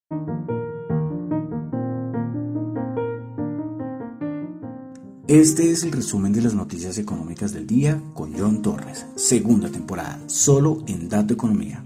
Este es el resumen de las noticias económicas del día con John Torres, segunda temporada, solo en Dato Economía.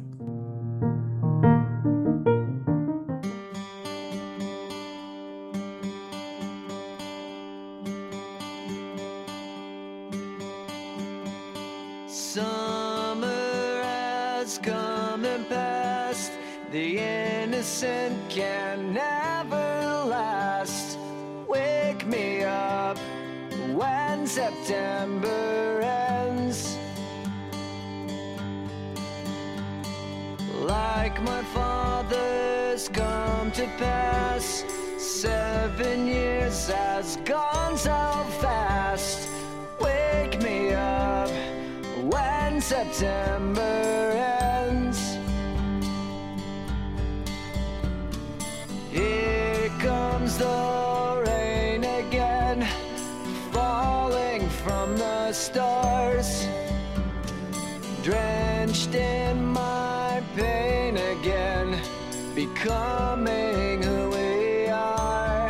Summer has come and passed. The innocent can never last. Wake me up when September ends. Like my father's come to pass, 7 years has gone so fast. Wake me up when September ends. Here comes the rain again, falling from the stars, drenched in my pain again, becoming who we are.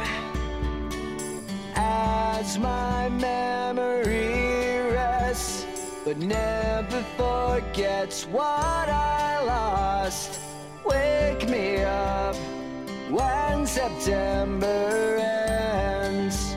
As my memory rests, but never forgets what I lost. Wake me up when September ends.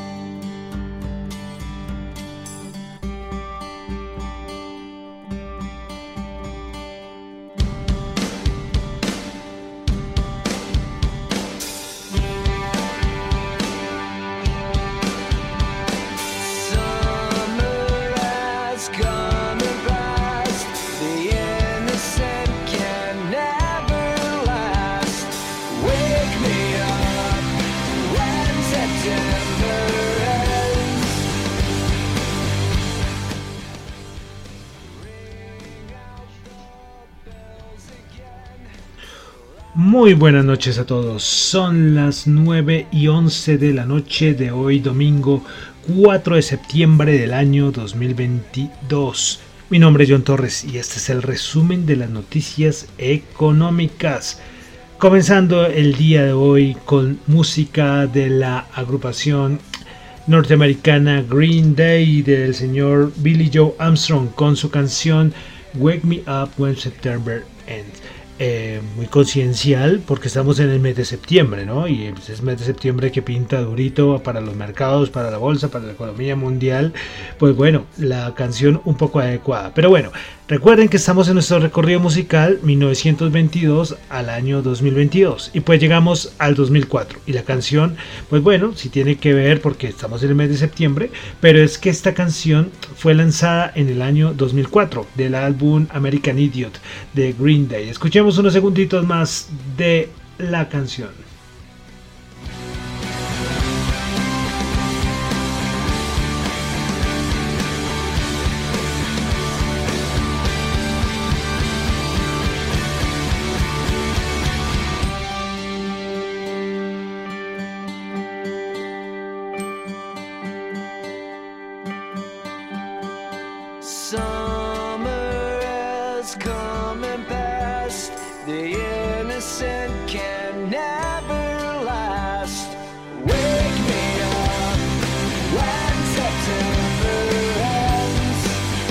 Muy buenas noches a todos, son las 9:11 de la noche de hoy domingo 4 de septiembre del año 2022. Mi nombre es John Torres y este es el resumen de las noticias económicas. Comenzando el día de hoy con música de la agrupación norteamericana Green Day del señor Billy Joe Armstrong con su canción Wake Me Up When September Ends. Muy coincidencial porque estamos en el mes de septiembre, ¿no? Y es el mes de septiembre que pinta durito para los mercados, para la bolsa, para la economía mundial. Pues bueno, la canción un poco adecuada. Pero bueno, recuerden que estamos en nuestro recorrido musical 1922 al año 2022 y pues llegamos al 2004 y la canción, pues bueno, sí tiene que ver porque estamos en el mes de septiembre, pero es que esta canción fue lanzada en el año 2004 del álbum American Idiot de Green Day. Escuchemos unos segunditos más de la canción. Summer has come and passed. The innocent can never last. Wake me up when September ends.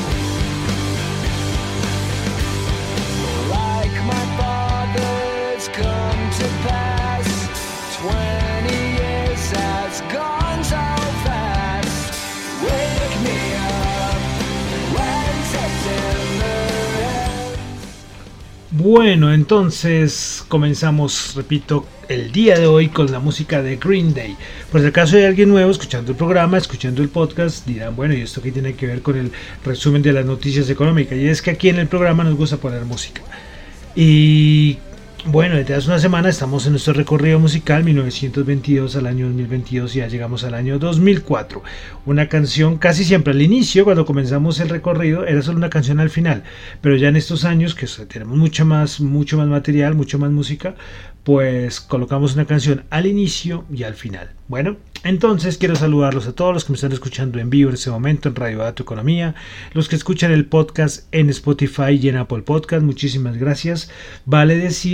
Like my father's come to pass, 20 years has gone so fast. Wake me up when September ends. Bueno, entonces comenzamos, repito, el día de hoy con la música de Green Day. Por si acaso hay alguien nuevo escuchando el programa, escuchando el podcast, dirán, bueno, ¿y esto qué tiene que ver con el resumen de las noticias económicas? Y es que aquí en el programa nos gusta poner música. Y bueno, desde hace una semana estamos en nuestro recorrido musical 1922 al año 2022 y ya llegamos al año 2004. Una canción casi siempre al inicio, cuando comenzamos el recorrido, era solo una canción al final, pero ya en estos años que tenemos mucho más material, mucho más música, pues colocamos una canción al inicio y al final. Bueno, entonces quiero saludarlos a todos los que me están escuchando en vivo en este momento en Radio Dato Economía, los que escuchan el podcast en Spotify y en Apple Podcast, muchísimas gracias. Vale decir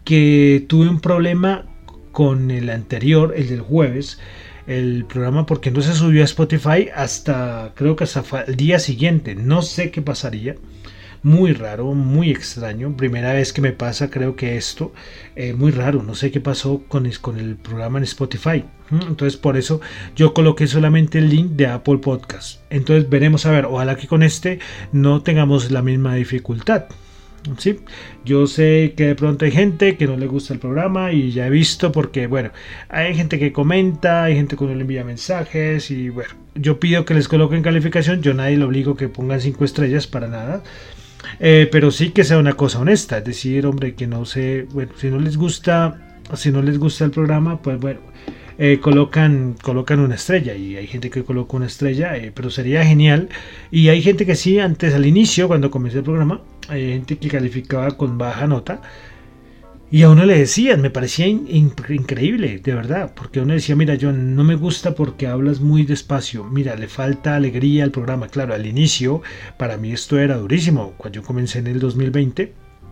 que tuve un problema con el anterior, el del jueves, el programa, porque no se subió a Spotify hasta, creo que hasta el día siguiente. No sé qué pasaría. Muy raro, muy extraño. Primera vez que me pasa, creo que esto. Muy raro, no sé qué pasó con el programa en Spotify. Entonces por eso yo coloqué solamente el link de Apple Podcast. Entonces veremos, a ver, ojalá que con este no tengamos la misma dificultad. Sí, yo sé que de pronto hay gente que no le gusta el programa y ya he visto, porque bueno, hay gente que comenta, hay gente que no le envía mensajes y bueno, yo pido que les coloquen calificación, yo nadie le obligo que pongan 5 estrellas para nada, pero sí que sea una cosa honesta, es decir, hombre, que no sé, bueno, si no les gusta el programa, pues bueno, colocan una estrella, y hay gente que coloca una estrella, pero sería genial. Y hay gente que sí, antes, al inicio, cuando comencé el programa, hay gente que calificaba con baja nota y a uno le decían, me parecía increíble, de verdad, porque uno decía, mira, John, no me gusta porque hablas muy despacio, mira, le falta alegría al programa. Claro, al inicio para mí esto era durísimo, cuando yo comencé en el 2020,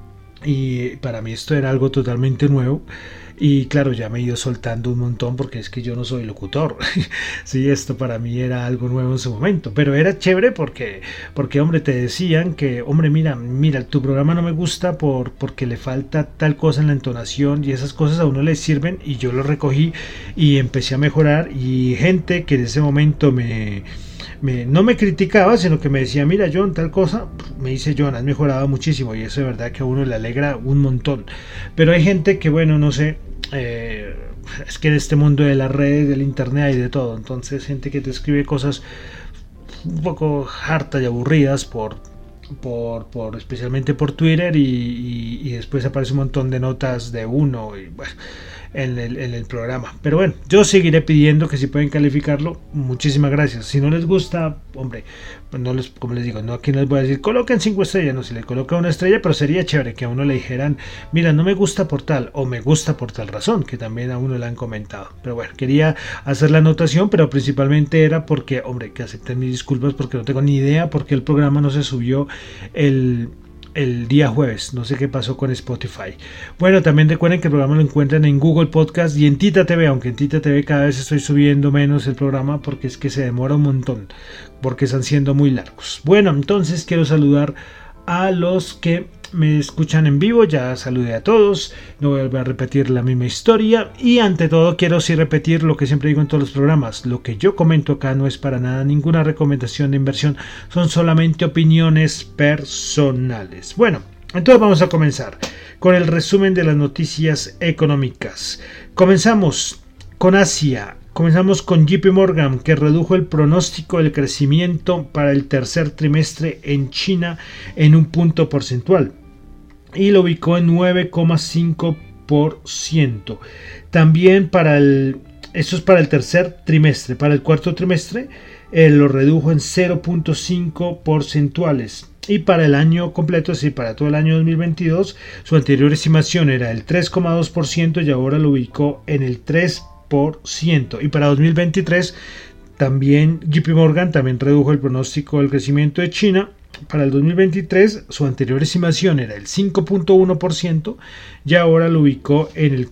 y para mí esto era algo totalmente nuevo. Y claro, ya me he ido soltando un montón, porque es que yo no soy locutor. Sí, esto para mí era algo nuevo en su momento, pero era chévere porque hombre, te decían que, hombre, mira, tu programa no me gusta porque le falta tal cosa en la entonación, y esas cosas a uno le sirven, y yo lo recogí y empecé a mejorar. Y gente que en ese momento no me criticaba, sino que me decía, mira, John, tal cosa, me dice, John, has mejorado muchísimo, y eso de verdad que a uno le alegra un montón. Pero hay gente que, bueno, no sé, es que en este mundo de las redes, del internet, hay de todo. Entonces, gente que te escribe cosas un poco hartas y aburridas por especialmente por Twitter, y después aparece un montón de notas de uno, y bueno, en el programa. Pero bueno, yo seguiré pidiendo que si pueden calificarlo, muchísimas gracias. Si no les gusta, hombre, pues no les, como les digo, no, aquí no les voy a decir coloquen 5 estrellas, no, si le coloca una estrella, pero sería chévere que a uno le dijeran, mira, no me gusta por tal, o me gusta por tal razón, que también a uno le han comentado. Pero bueno, quería hacer la anotación, pero principalmente era porque, hombre, que acepten mis disculpas, porque no tengo ni idea porque el programa no se subió el día jueves. No sé qué pasó con Spotify. Bueno, también recuerden que el programa lo encuentran en Google Podcast y en Tita TV, aunque en Tita TV cada vez estoy subiendo menos el programa porque es que se demora un montón, porque están siendo muy largos. Bueno, entonces quiero saludar a los que me escuchan en vivo. Ya saludé a todos, no voy a volver a repetir la misma historia, y ante todo quiero sí repetir lo que siempre digo en todos los programas: lo que yo comento acá no es para nada ninguna recomendación de inversión, son solamente opiniones personales. Bueno, entonces vamos a comenzar con el resumen de las noticias económicas. Comenzamos con Asia. Comenzamos con JP Morgan, que redujo el pronóstico del crecimiento para el tercer trimestre en China en un punto porcentual y lo ubicó en 9,5%. También esto es para el tercer trimestre. Para el cuarto trimestre lo redujo en 0,5 porcentuales. Y para el año completo, es decir, para todo el año 2022, su anterior estimación era el 3,2% y ahora lo ubicó en el 3%. Y para 2023 también JP Morgan también redujo el pronóstico del crecimiento de China. Para el 2023 su anterior estimación era el 5,1% y ahora lo ubicó en el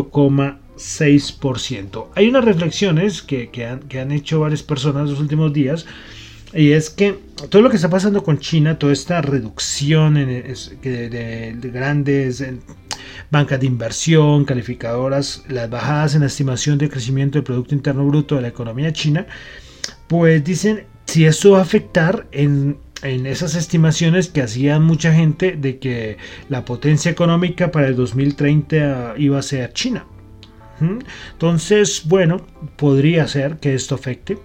4,6%. Hay unas reflexiones que han hecho varias personas los últimos días, y es que todo lo que está pasando con China, toda esta reducción de grandes bancas de inversión, calificadoras, las bajadas en la estimación de crecimiento del Producto Interno Bruto de la economía china, pues dicen si esto va a afectar en esas estimaciones que hacía mucha gente de que la potencia económica para el 2030 iba a ser China. Entonces, bueno, podría ser que esto afecte.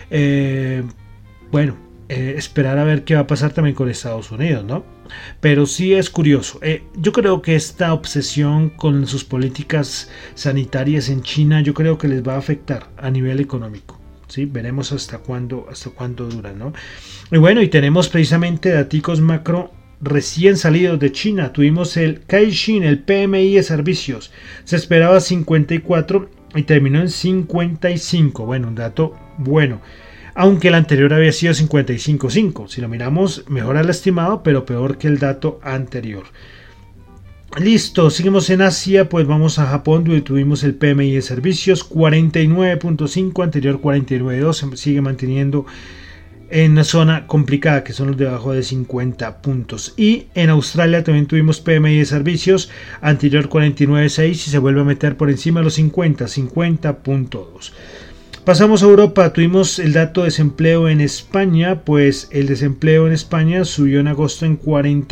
Esperar a ver qué va a pasar también con Estados Unidos, ¿no? Pero sí es curioso. Yo creo que esta obsesión con sus políticas sanitarias en China, yo creo que les va a afectar a nivel económico. ¿Sí? Veremos hasta cuándo dura, ¿no? Y bueno, y tenemos precisamente datos macro recién salidos de China. Tuvimos el Caixin, el PMI de servicios. Se esperaba 54 y terminó en 55. Bueno, un dato bueno. Aunque el anterior había sido 55.5. Si lo miramos, mejor al estimado, pero peor que el dato anterior. Listo, seguimos en Asia, pues vamos a Japón, donde tuvimos el PMI de servicios 49.5, anterior 49.2, se sigue manteniendo en una zona complicada, que son los debajo de 50 puntos. Y en Australia también tuvimos PMI de servicios, anterior 49.6 y se vuelve a meter por encima de los 50.2. Pasamos a Europa, tuvimos el dato de desempleo en España, pues el desempleo en España subió en agosto en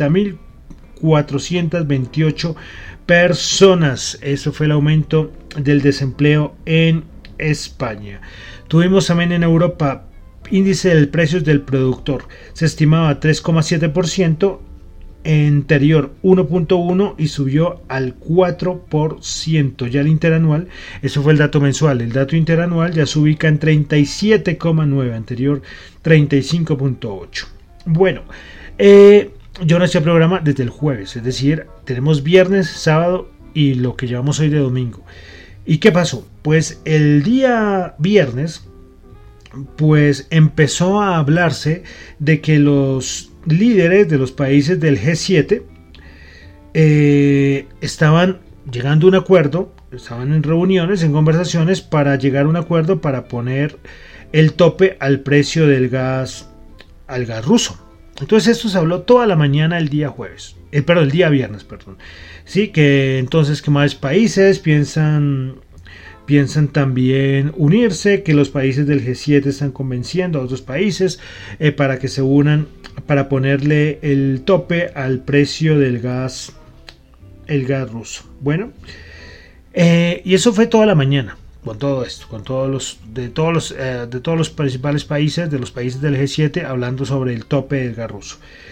40.428 personas. Eso fue el aumento del desempleo en España. Tuvimos también en Europa índice de precios del productor. Se estimaba 3,7%, anterior 1.1 y subió al 4%. Ya el interanual, eso fue el dato mensual. El dato interanual ya se ubica en 37,9, anterior 35.8. Bueno, yo no hacía programa desde el jueves, es decir, tenemos viernes, sábado y lo que llevamos hoy de domingo. ¿Y qué pasó? Pues el día viernes, pues empezó a hablarse de que los líderes de los países del G7 estaban llegando a un acuerdo, estaban en reuniones, en conversaciones para llegar a un acuerdo para poner el tope al precio del gas, al gas ruso. Entonces esto se habló toda la mañana el día jueves, el día viernes, perdón. Sí, que entonces que más países piensan también unirse, que los países del G7 están convenciendo a otros países para que se unan para ponerle el tope al precio del gas, el gas ruso. Bueno, y eso fue toda la mañana con todo esto, con todos los principales países, de los países del G7 hablando sobre el tope del gas ruso.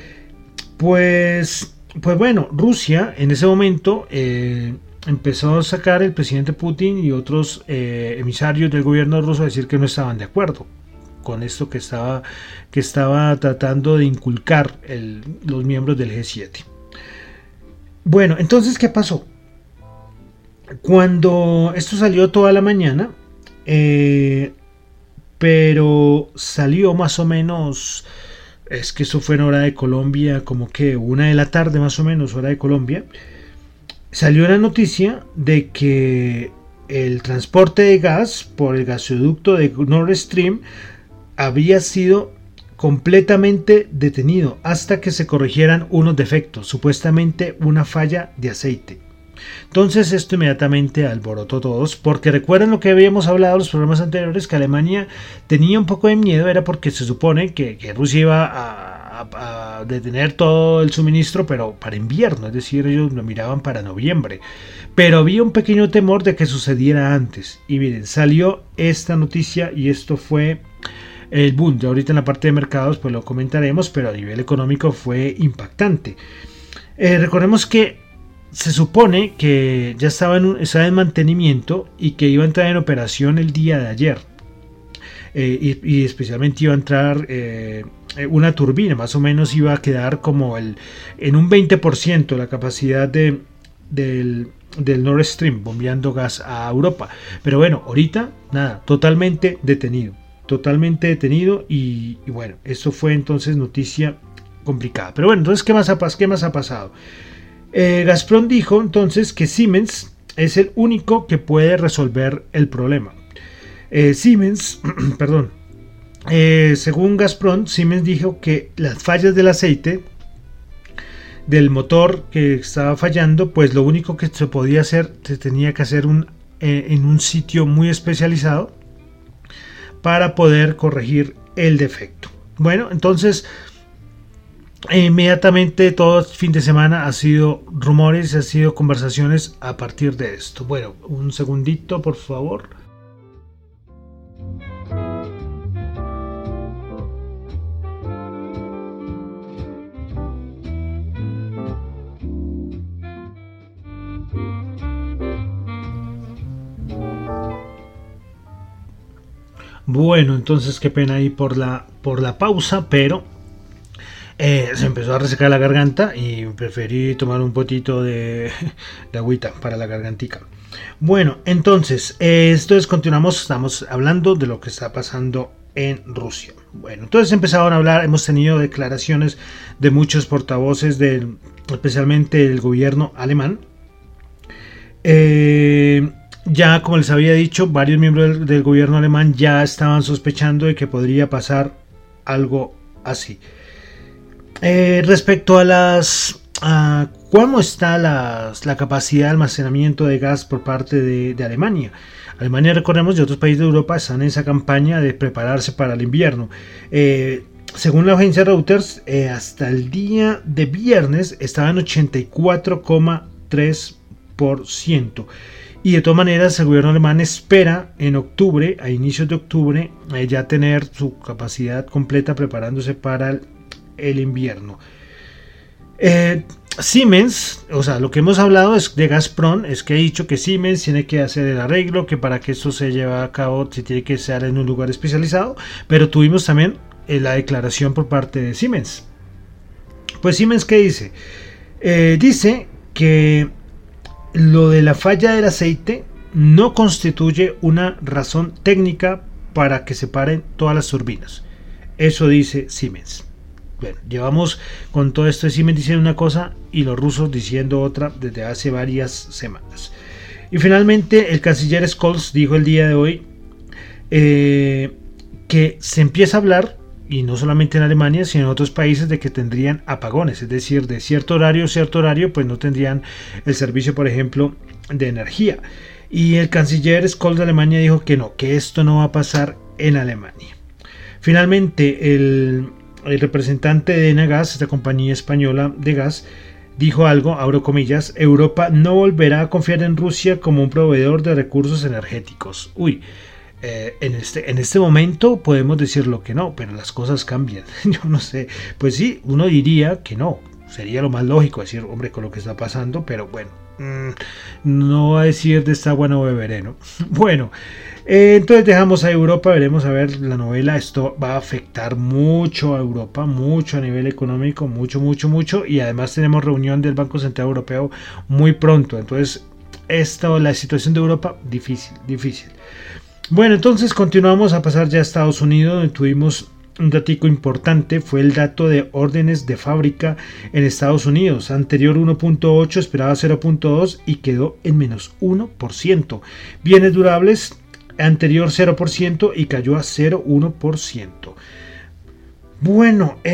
Pues bueno, Rusia en ese momento empezó a sacar el presidente Putin y otros emisarios del gobierno ruso a decir que no estaban de acuerdo con esto que estaba tratando de inculcar los miembros del G7. Bueno, entonces, ¿qué pasó? Cuando esto salió toda la mañana, pero salió más o menos, es que eso fue en hora de Colombia, como que 1 de la tarde más o menos, hora de Colombia, salió la noticia de que el transporte de gas por el gasoducto de Nord Stream había sido completamente detenido hasta que se corrigieran unos defectos, supuestamente una falla de aceite. Entonces esto inmediatamente alborotó a todos, porque recuerdan lo que habíamos hablado en los programas anteriores, que Alemania tenía un poco de miedo, era porque se supone que Rusia iba a detener todo el suministro, pero para invierno, es decir, ellos lo miraban para noviembre, pero había un pequeño temor de que sucediera antes. Y miren, salió esta noticia y esto fue el boom. Ya ahorita en la parte de mercados pues lo comentaremos, pero a nivel económico fue impactante. Recordemos que se supone que ya estaba en mantenimiento y que iba a entrar en operación el día de ayer. Y especialmente iba a entrar una turbina, más o menos iba a quedar como en un 20% la capacidad del Nord Stream bombeando gas a Europa. Pero bueno, ahorita nada, totalmente detenido y bueno, eso fue entonces noticia complicada. Pero bueno, entonces ¿qué más ha pasado? Gazprom dijo entonces que Siemens es el único que puede resolver el problema. Siemens, perdón, según Gazprom, Siemens dijo que las fallas del aceite del motor que estaba fallando, pues lo único que se podía hacer, se tenía que hacer en un sitio muy especializado para poder corregir el defecto. Bueno, entonces inmediatamente todo el fin de semana ha sido rumores, ha sido conversaciones a partir de esto. Bueno, un segundito por favor. Bueno, entonces qué pena ahí por la pausa, pero se empezó a resecar la garganta y preferí tomar un potito de agüita para la gargantica. Bueno, entonces continuamos, estamos hablando de lo que está pasando en Rusia. Bueno, entonces empezaron a hablar, hemos tenido declaraciones de muchos portavoces, especialmente del gobierno alemán. Ya, como les había dicho, varios miembros del gobierno alemán ya estaban sospechando de que podría pasar algo así. Respecto a cómo está la capacidad de almacenamiento de gas por parte de Alemania. Alemania, recordemos, y otros países de Europa están en esa campaña de prepararse para el invierno. Según la agencia Reuters, hasta el día de viernes estaba en 84,3%. Y de todas maneras, el gobierno alemán espera en octubre, a inicios de octubre, ya tener su capacidad completa preparándose para el invierno. Siemens, o sea, lo que hemos hablado es de Gazprom, es que he dicho que Siemens tiene que hacer el arreglo, que para que esto se lleve a cabo se tiene que ser en un lugar especializado, pero tuvimos también la declaración por parte de Siemens. Pues Siemens, ¿qué dice? Dice que lo de la falla del aceite no constituye una razón técnica para que se paren todas las turbinas. Eso dice Siemens. Bueno, llevamos con todo esto de Siemens diciendo una cosa y los rusos diciendo otra desde hace varias semanas. Y finalmente el canciller Scholz dijo el día de hoy que se empieza a hablar, y no solamente en Alemania, sino en otros países, de que tendrían apagones, es decir, de cierto horario, pues no tendrían el servicio, por ejemplo, de energía. Y el canciller Scholz de Alemania dijo que no, que esto no va a pasar en Alemania. Finalmente, el representante de Enagás, esta compañía española de gas, dijo algo, abro comillas: Europa no volverá a confiar en Rusia como un proveedor de recursos energéticos. En este momento podemos decirlo que no, pero las cosas cambian. Yo no sé, pues sí, uno diría que no, sería lo más lógico decir, hombre, con lo que está pasando, pero bueno, no va a decir de esta agua no beberé, ¿no? Bueno, entonces dejamos a Europa, veremos a ver la novela. Esto va a afectar mucho a Europa, mucho a nivel económico, mucho, y además tenemos reunión del Banco Central Europeo muy pronto. Entonces la situación de Europa difícil. Bueno, entonces continuamos a pasar ya a Estados Unidos, donde tuvimos un datico importante. Fue el dato de órdenes de fábrica en Estados Unidos. Anterior 1.8, esperaba 0.2 y quedó en menos 1%. Bienes durables, anterior 0% y cayó a 0.1%. Bueno,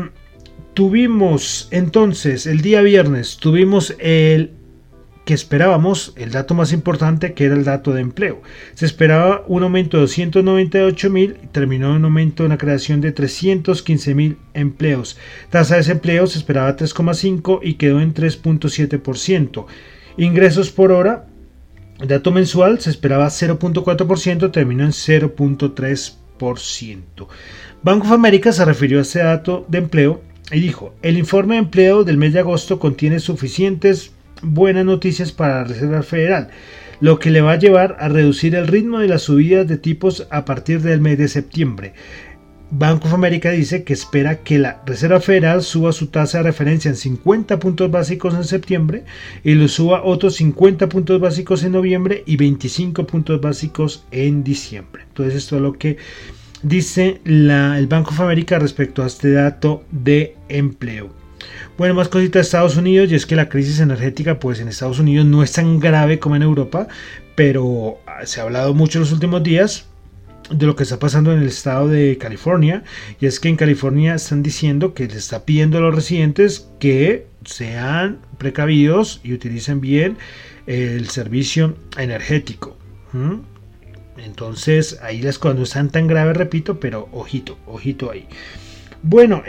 tuvimos entonces el día viernes, tuvimos el que esperábamos, el dato más importante, que era el dato de empleo. Se esperaba un aumento de 298.000 y terminó en un aumento de una creación de 315.000 empleos. Tasa de desempleo se esperaba 3,5 y quedó en 3.7%. Ingresos por hora, dato mensual, se esperaba 0.4%, terminó en 0.3%. Bank of America se refirió a este dato de empleo y dijo: el informe de empleo del mes de agosto contiene suficientes buenas noticias para la Reserva Federal, lo que le va a llevar a reducir el ritmo de las subidas de tipos a partir del mes de septiembre. Bank of America dice que espera que la Reserva Federal suba su tasa de referencia en 50 puntos básicos en septiembre y lo suba otros 50 puntos básicos en noviembre y 25 puntos básicos en diciembre. Entonces esto es lo que dice el Bank of America respecto a este dato de empleo. Bueno, más cositas de Estados Unidos, y es que la crisis energética pues en Estados Unidos no es tan grave como en Europa, pero se ha hablado mucho en los últimos días de lo que está pasando en el estado de California, y es que en California están diciendo que les está pidiendo a los residentes que sean precavidos y utilicen bien el servicio energético. Entonces ahí las cosas no están tan graves, repito, pero ojito ahí. Bueno,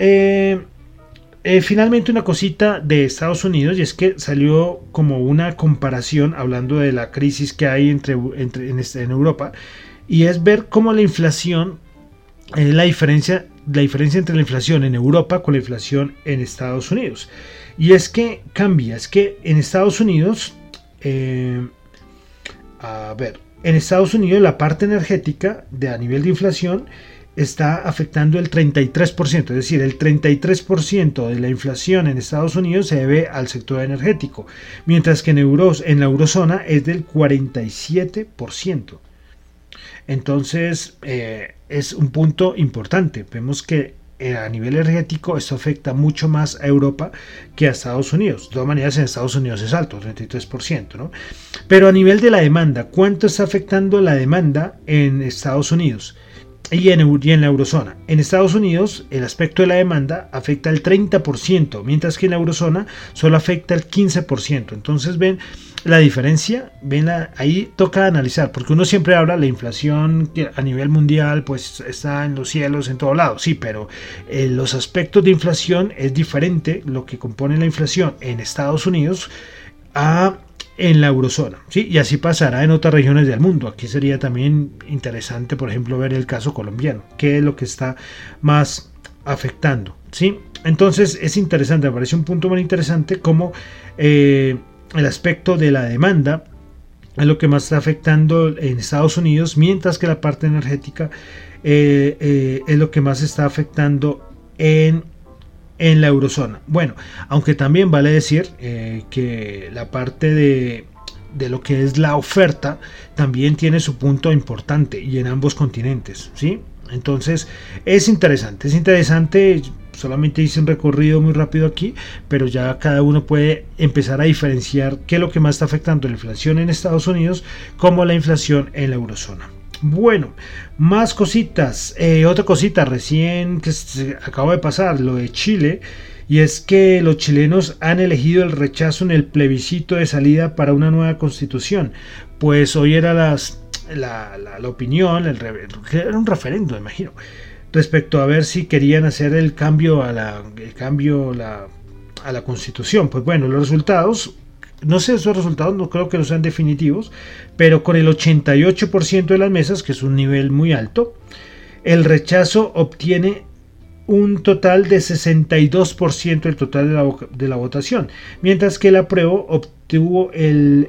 finalmente una cosita de Estados Unidos, y es que salió como una comparación hablando de la crisis que hay en Europa, y es ver cómo la inflación, la diferencia entre la inflación en Europa con la inflación en Estados Unidos. Y es que cambia, es que en Estados Unidos, en Estados Unidos la parte energética a nivel de inflación está afectando el 33%, es decir, el 33% de la inflación en Estados Unidos se debe al sector energético, mientras que en la eurozona es del 47%. Entonces es un punto importante. Vemos que a nivel energético esto afecta mucho más a Europa que a Estados Unidos. De todas maneras, en Estados Unidos es alto, 33%, ¿no? Pero a nivel de la demanda, ¿cuánto está afectando la demanda en Estados Unidos y en la eurozona? En Estados Unidos el aspecto de la demanda afecta el 30%, mientras que en la eurozona solo afecta el 15%. Entonces ven la diferencia, ahí toca analizar, porque uno siempre habla de la inflación a nivel mundial, pues está en los cielos en todos lados, sí, pero los aspectos de inflación es diferente lo que compone la inflación en Estados Unidos en la eurozona, ¿sí? Y así pasará en otras regiones del mundo. Aquí sería también interesante, por ejemplo, ver el caso colombiano, qué es lo que está más afectando, ¿sí? Entonces es interesante, me parece un punto muy interesante como el aspecto de la demanda es lo que más está afectando en Estados Unidos, mientras que la parte energética es lo que más está afectando en la eurozona. Bueno, aunque también vale decir que la parte de lo que es la oferta también tiene su punto importante y en ambos continentes, ¿sí? Entonces es interesante. Solamente hice un recorrido muy rápido aquí, pero ya cada uno puede empezar a diferenciar qué es lo que más está afectando la inflación en Estados Unidos como la inflación en la eurozona. Bueno, más cositas. Otra cosita recién que acaba de pasar, lo de Chile, y es que los chilenos han elegido el rechazo en el plebiscito de salida para una nueva constitución. Pues hoy era la opinión, era un referéndum, imagino, respecto a ver si querían hacer el cambio a la constitución. Pues bueno, los resultados, no sé, esos resultados no creo que no sean definitivos, pero con el 88% de las mesas, que es un nivel muy alto, el rechazo obtiene un total de 62% del total de la votación, mientras que el apruebo obtuvo el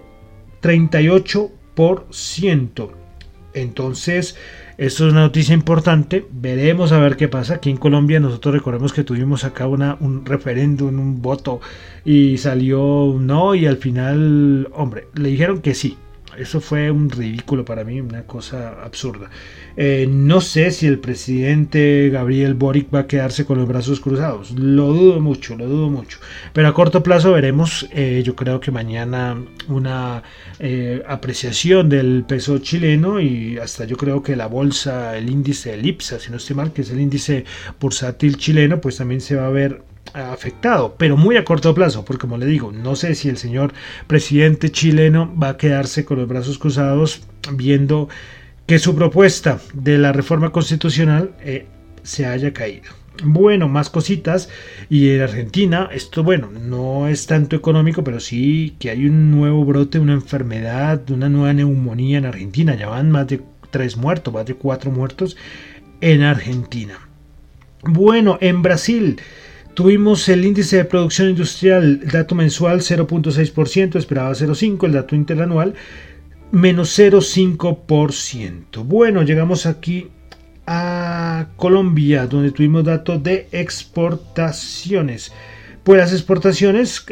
38%. Entonces, esto es una noticia importante. Veremos a ver qué pasa. Aquí en Colombia nosotros recordemos que tuvimos acá un referéndum, un voto, y salió no, y al final, hombre, le dijeron que sí. Eso fue un ridículo para mí, una cosa absurda. No sé si el presidente Gabriel Boric va a quedarse con los brazos cruzados. Lo dudo mucho. Pero a corto plazo veremos, yo creo que mañana una apreciación del peso chileno, y hasta yo creo que la bolsa, el índice del IPSA, si no estoy mal, que es el índice bursátil chileno, pues también se va a ver afectado, pero muy a corto plazo, porque como le digo, no sé si el señor presidente chileno va a quedarse con los brazos cruzados viendo que su propuesta de la reforma constitucional se haya caído. Bueno, más cositas. Y en Argentina, esto, bueno, no es tanto económico, pero sí que hay un nuevo brote, una enfermedad, una nueva neumonía en Argentina. Ya van más de 3 muertos, más de 4 muertos en Argentina. Bueno, en Brasil tuvimos el índice de producción industrial, el dato mensual 0.6%, esperaba 0.5%, el dato interanual menos 0.5%. Bueno, llegamos aquí a Colombia, donde tuvimos datos de exportaciones. Pues las exportaciones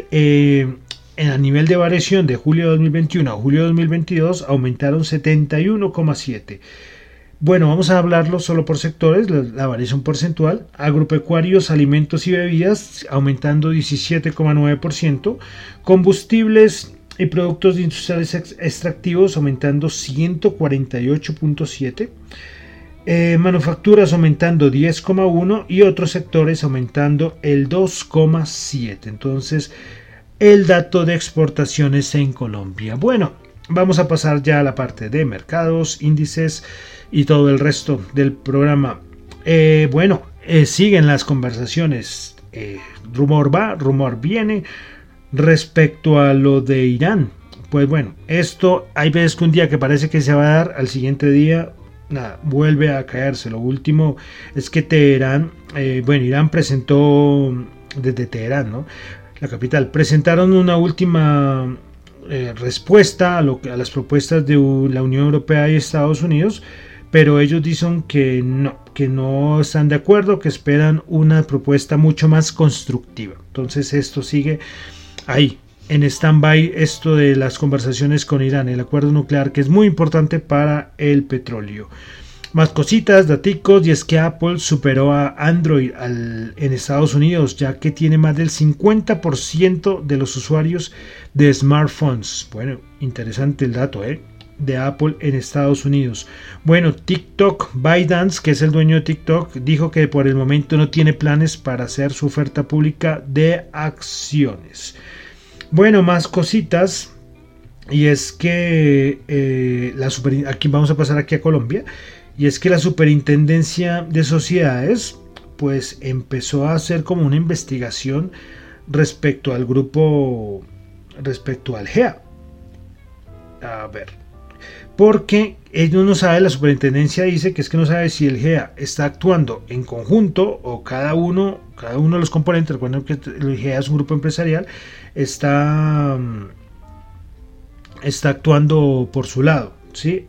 a nivel de variación de julio de 2021 a julio de 2022 aumentaron 71,7%. Bueno, vamos a hablarlo solo por sectores, la variación porcentual. Agropecuarios, alimentos y bebidas aumentando 17,9%. Combustibles y productos industriales extractivos aumentando 148,7%. Manufacturas aumentando 10,1% y otros sectores aumentando el 2,7%. Entonces, el dato de exportaciones en Colombia. Bueno, vamos a pasar ya a la parte de mercados, índices y todo el resto del programa. Siguen las conversaciones. Rumor va, rumor viene respecto a lo de Irán. Pues bueno, esto hay veces que un día que parece que se va a dar, al siguiente día nada, vuelve a caerse. Lo último es que Irán presentó desde Teherán, ¿no?, la capital, presentaron una última respuesta a las propuestas de la Unión Europea y Estados Unidos, pero ellos dicen que no están de acuerdo, que esperan una propuesta mucho más constructiva. Entonces esto sigue ahí, en stand-by esto de las conversaciones con Irán, el acuerdo nuclear que es muy importante para el petróleo. Más cositas, daticos, y es que Apple superó a Android en Estados Unidos, ya que tiene más del 50% de los usuarios de smartphones. Bueno, interesante el dato, de Apple en Estados Unidos. Bueno, TikTok, ByteDance, que es el dueño de TikTok, dijo que por el momento no tiene planes para hacer su oferta pública de acciones. Bueno, más cositas, y es que aquí vamos a pasar aquí a Colombia. Y es que la Superintendencia de Sociedades pues empezó a hacer como una investigación respecto al GEA. A ver, porque ellos no saben, la superintendencia dice que es que no sabe si el GEA está actuando en conjunto o cada uno de los componentes. Recuerden que el GEA es un grupo empresarial, está actuando por su lado, ¿sí?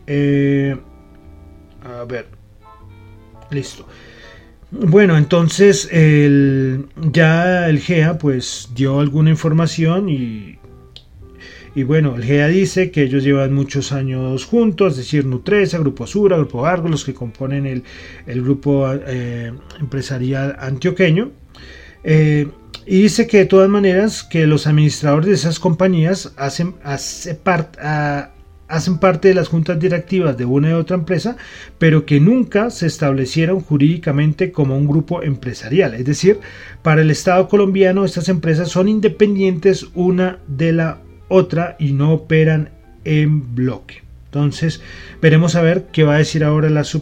A ver, listo. Bueno, entonces ya el GEA pues dio alguna información y bueno, el GEA dice que ellos llevan muchos años juntos, es decir, Nutresa, Grupo Sura, Grupo Argos, los que componen el grupo empresarial antioqueño. Y dice que de todas maneras que los administradores de esas compañías hacen parte de las juntas directivas de una y otra empresa, pero que nunca se establecieron jurídicamente como un grupo empresarial. Es decir, para el Estado colombiano estas empresas son independientes una de la otra y no operan en bloque. Entonces veremos a ver qué va a decir ahora la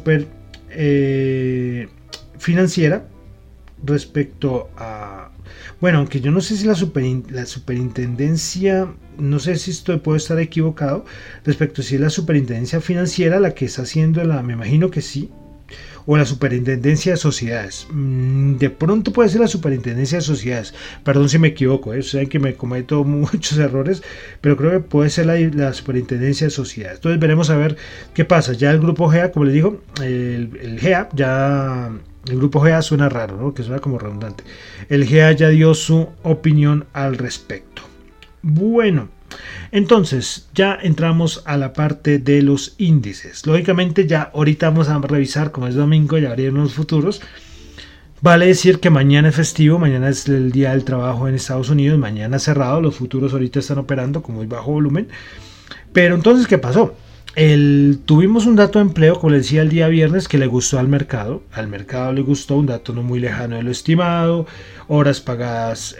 financiera respecto a... Bueno, aunque yo no sé si la superintendencia, no sé si esto puede estar equivocado respecto a si es la superintendencia financiera la que está haciendo me imagino que sí, o la superintendencia de sociedades. De pronto puede ser la superintendencia de sociedades, perdón si me equivoco, saben que me cometo muchos errores, pero creo que puede ser la superintendencia de sociedades. Entonces veremos a ver qué pasa. Ya el grupo GEA, como les digo, el GEA ya... El grupo GEA suena raro, ¿no? Que suena como redundante. El GEA ya dio su opinión al respecto. Bueno, entonces ya entramos a la parte de los índices. Lógicamente ya ahorita vamos a revisar, como es domingo, ya abrieron los futuros. Vale decir que mañana es festivo, mañana es el día del trabajo en Estados Unidos, mañana cerrado, los futuros ahorita están operando con muy bajo volumen. Pero entonces, ¿qué pasó? Tuvimos un dato de empleo, como les decía, el día viernes, que le gustó al mercado le gustó, un dato no muy lejano de lo estimado, horas pagadas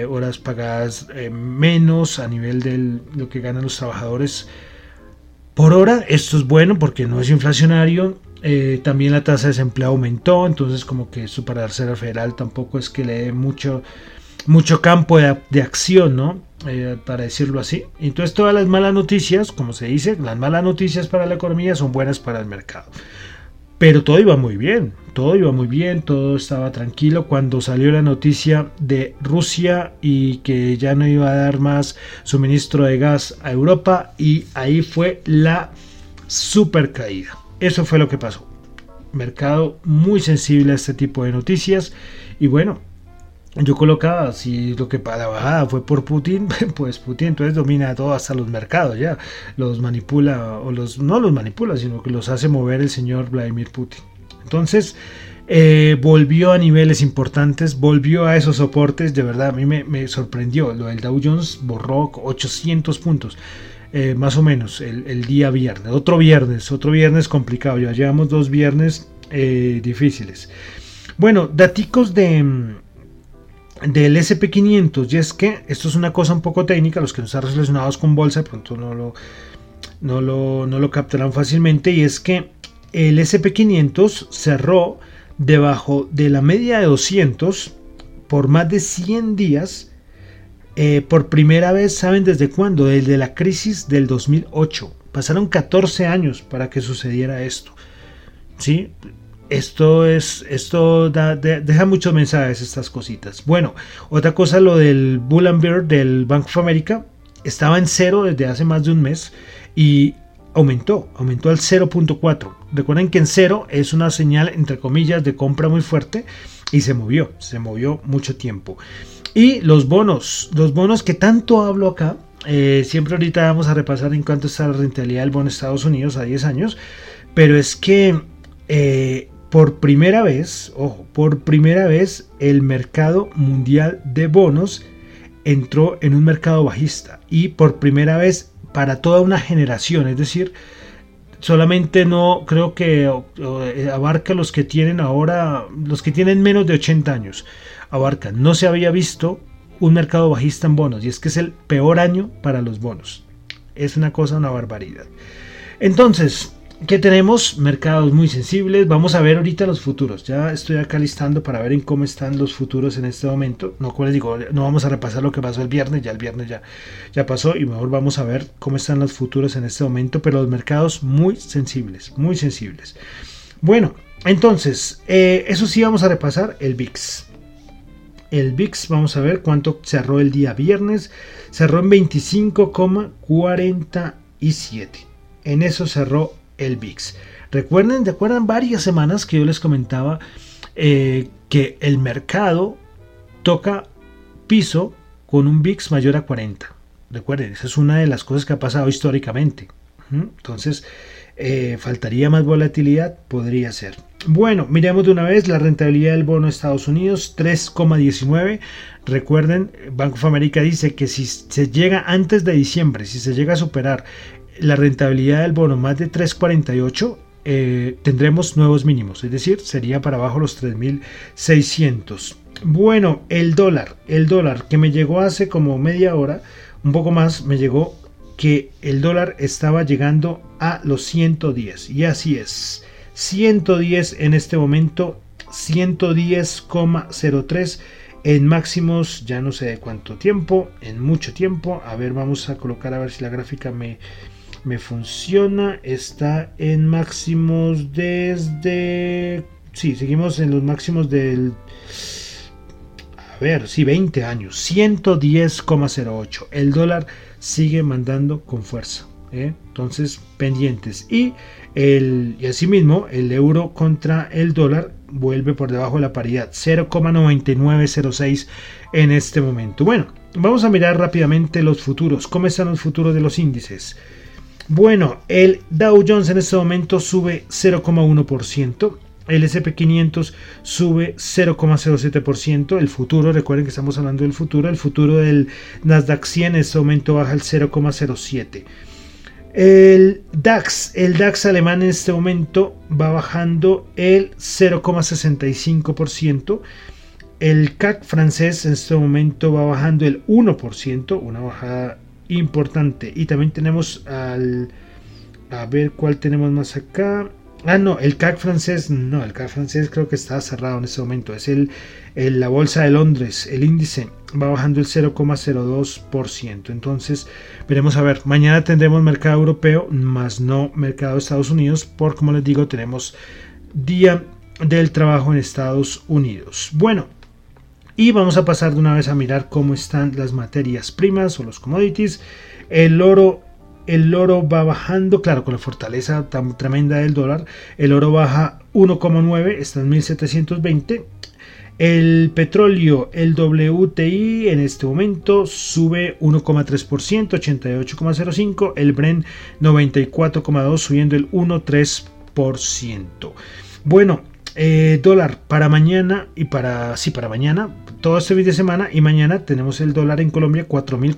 menos a nivel de lo que ganan los trabajadores por hora. Esto es bueno porque no es inflacionario. También la tasa de desempleo aumentó, entonces como que eso para la Reserva Federal tampoco es que le dé mucho campo de acción, ¿no? Para decirlo así. Entonces todas las malas noticias, como se dice, las malas noticias para la economía son buenas para el mercado. Pero todo iba muy bien, todo estaba tranquilo cuando salió la noticia de Rusia y que ya no iba a dar más suministro de gas a Europa, y ahí fue la super caída. Eso fue lo que pasó. Mercado muy sensible a este tipo de noticias, y bueno, yo colocaba, si lo que para la bajada fue por Putin, pues Putin entonces domina todo, hasta los mercados, ya los manipula, no los manipula, sino que los hace mover el señor Vladimir Putin. Entonces volvió a niveles importantes, volvió a esos soportes. De verdad a mí me sorprendió, lo del Dow Jones borró 800 puntos. Más o menos el día viernes, otro viernes complicado. Ya llevamos 2 viernes difíciles. Bueno, daticos del SP500, y es que esto es una cosa un poco técnica, los que no están relacionados con bolsa de pronto no lo captarán fácilmente, y es que el SP500 cerró debajo de la media de 200 por más de 100 días, por primera vez. ¿Saben desde cuándo? Desde la crisis del 2008. Pasaron 14 años para que sucediera esto, ¿sí? Esto deja muchos mensajes, estas cositas. Bueno, otra cosa, lo del Bull and Bear del Bank of America, estaba en 0 desde hace más de un mes y aumentó al 0.4. Recuerden que en 0 es una señal, entre comillas, de compra muy fuerte, y se movió mucho tiempo. Y los bonos que tanto hablo acá, siempre ahorita vamos a repasar en cuánto está la rentabilidad del bono de Estados Unidos a 10 años, pero es que por primera vez el mercado mundial de bonos entró en un mercado bajista y por primera vez para toda una generación, es decir, solamente no creo que abarca los que tienen ahora, los que tienen menos de 80 años, abarca, no se había visto un mercado bajista en bonos y es que es el peor año para los bonos, es una barbaridad. Entonces, ¿qué tenemos? Mercados muy sensibles. Vamos a ver ahorita los futuros. Ya estoy acá listando para ver en cómo están los futuros en este momento. No, como les digo, no vamos a repasar lo que pasó el viernes. Ya el viernes ya pasó y mejor vamos a ver cómo están los futuros en este momento. Pero los mercados muy sensibles, muy sensibles. Bueno, entonces, eso sí vamos a repasar el VIX. El VIX, vamos a ver cuánto cerró el día viernes. Cerró en 25,47. En eso cerró el VIX. ¿Recuerdan varias semanas que yo les comentaba que el mercado toca piso con un VIX mayor a 40? Recuerden, esa es una de las cosas que ha pasado históricamente. Entonces, faltaría más volatilidad, podría ser. Bueno, miremos de una vez la rentabilidad del bono de Estados Unidos, 3,19. Recuerden, Bank of America dice que si se llega antes de diciembre, si se llega a superar la rentabilidad del bono más de 3,48, tendremos nuevos mínimos, es decir, sería para abajo los 3.600. Bueno, el dólar que me llegó hace como media hora, un poco más, me llegó que el dólar estaba llegando a los 110 y así es, 110 en este momento, 110,03 en máximos, ya no sé de cuánto tiempo, en mucho tiempo. A ver, vamos a colocar a ver si la gráfica me funciona. Está en máximos desde... Sí, seguimos en los máximos del... A ver, sí, 20 años. 110,08. El dólar sigue mandando con fuerza. Entonces, pendientes. Y asimismo, el euro contra el dólar vuelve por debajo de la paridad. 0,9906 en este momento. Bueno, vamos a mirar rápidamente los futuros. ¿Cómo están los futuros de los índices? Bueno, el Dow Jones en este momento sube 0,1%, el S&P 500 sube 0,07%, el futuro, recuerden que estamos hablando del futuro, el futuro del Nasdaq 100 en este momento baja el 0,07%. El DAX alemán en este momento va bajando el 0,65%, el CAC francés en este momento va bajando el 1%, una bajada importante. Y también tenemos a ver cuál tenemos más acá. El CAC francés creo que está cerrado en este momento. Es la bolsa de Londres, el índice va bajando el 0,02%. Entonces veremos a ver, mañana tendremos mercado europeo, más no mercado de Estados Unidos, por como les digo, tenemos día del trabajo en Estados Unidos. Bueno, y vamos a pasar de una vez a mirar cómo están las materias primas o los commodities. El oro va bajando, claro, con la fortaleza tan tremenda del dólar. El oro baja 1,9, está en 1720. El petróleo, el WTI en este momento sube 1,3%, 88,05. El Brent 94,2, subiendo el 1,3%. Bueno, dólar para mañana para mañana, todo este fin de semana y mañana tenemos el dólar en Colombia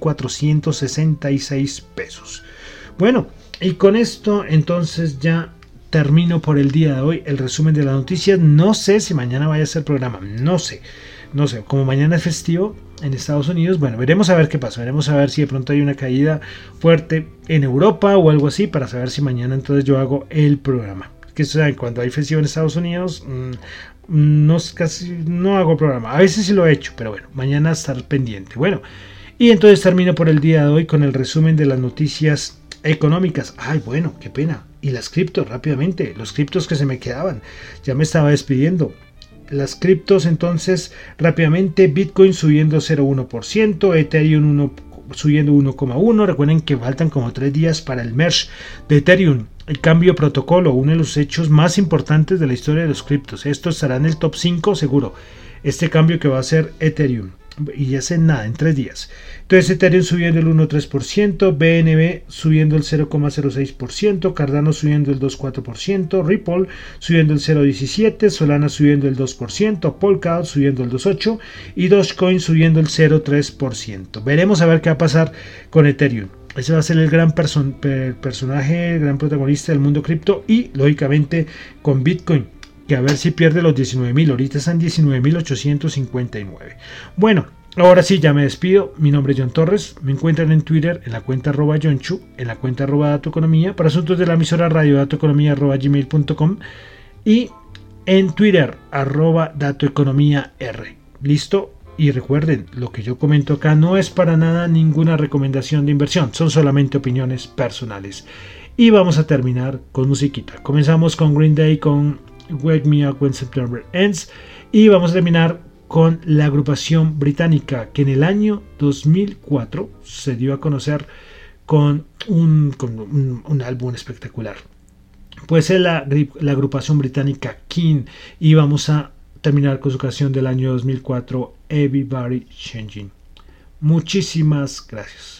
4.466 pesos. Bueno, y con esto entonces ya termino por el día de hoy el resumen de las noticias. No sé si mañana vaya a ser programa, no sé, como mañana es festivo en Estados Unidos, bueno, veremos a ver qué pasa, veremos a ver si de pronto hay una caída fuerte en Europa o algo así, para saber si mañana entonces yo hago el programa. Que saben, cuando hay festivo en Estados Unidos casi no hago programa, a veces sí lo he hecho, pero bueno, mañana estar pendiente. Bueno, y entonces termino por el día de hoy con el resumen de las noticias económicas. Ay, bueno, qué pena. Y las criptos, rápidamente, los criptos que se me quedaban, ya me estaba despidiendo. Las criptos entonces rápidamente, Bitcoin subiendo 0,1%, Ethereum subiendo 1,1%. Recuerden que faltan como 3 días para el merge de Ethereum, el cambio de protocolo, uno de los hechos más importantes de la historia de los criptos. Esto estará en el top 5 seguro, este cambio que va a hacer Ethereum. y ya en nada, en 3 días. Entonces Ethereum subiendo el 1,3%, BNB subiendo el 0,06%, Cardano subiendo el 2,4%, Ripple subiendo el 0,17%, Solana subiendo el 2%, Polkadot subiendo el 2,8% y Dogecoin subiendo el 0,3%. Veremos a ver qué va a pasar con Ethereum. Ese va a ser el gran personaje, el gran protagonista del mundo cripto, y lógicamente con Bitcoin, que a ver si pierde los 19.000, ahorita están 19.859. Bueno, ahora sí, ya me despido. Mi nombre es John Torres, me encuentran en Twitter en la cuenta @JohnChu, en la cuenta @DatoEconomía, para asuntos de la emisora radio datoeconomía@gmail.com y en Twitter @DatoEconomíaR. ¿Listo? Y recuerden, lo que yo comento acá no es para nada ninguna recomendación de inversión, son solamente opiniones personales. Y vamos a terminar con musiquita. Comenzamos con Green Day con Wake Me Up When September Ends y vamos a terminar con la agrupación británica que en el año 2004 se dio a conocer con un álbum espectacular. Pues es la agrupación británica King, y vamos a terminar con su canción del año 2004, Everybody Changing. Muchísimas gracias.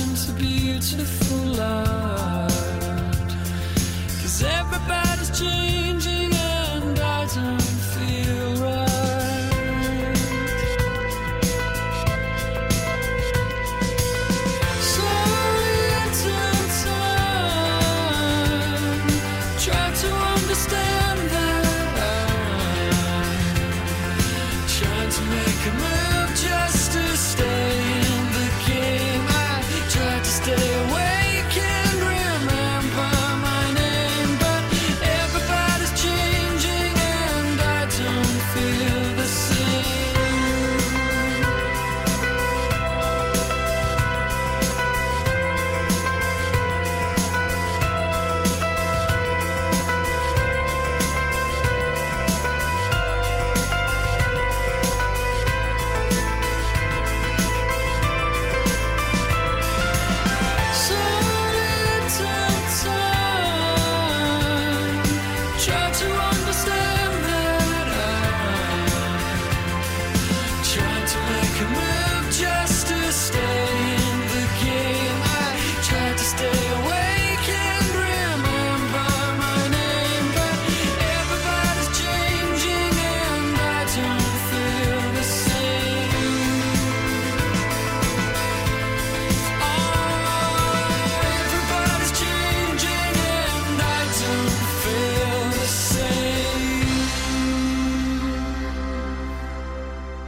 Beautiful light, 'cause everybody's changing.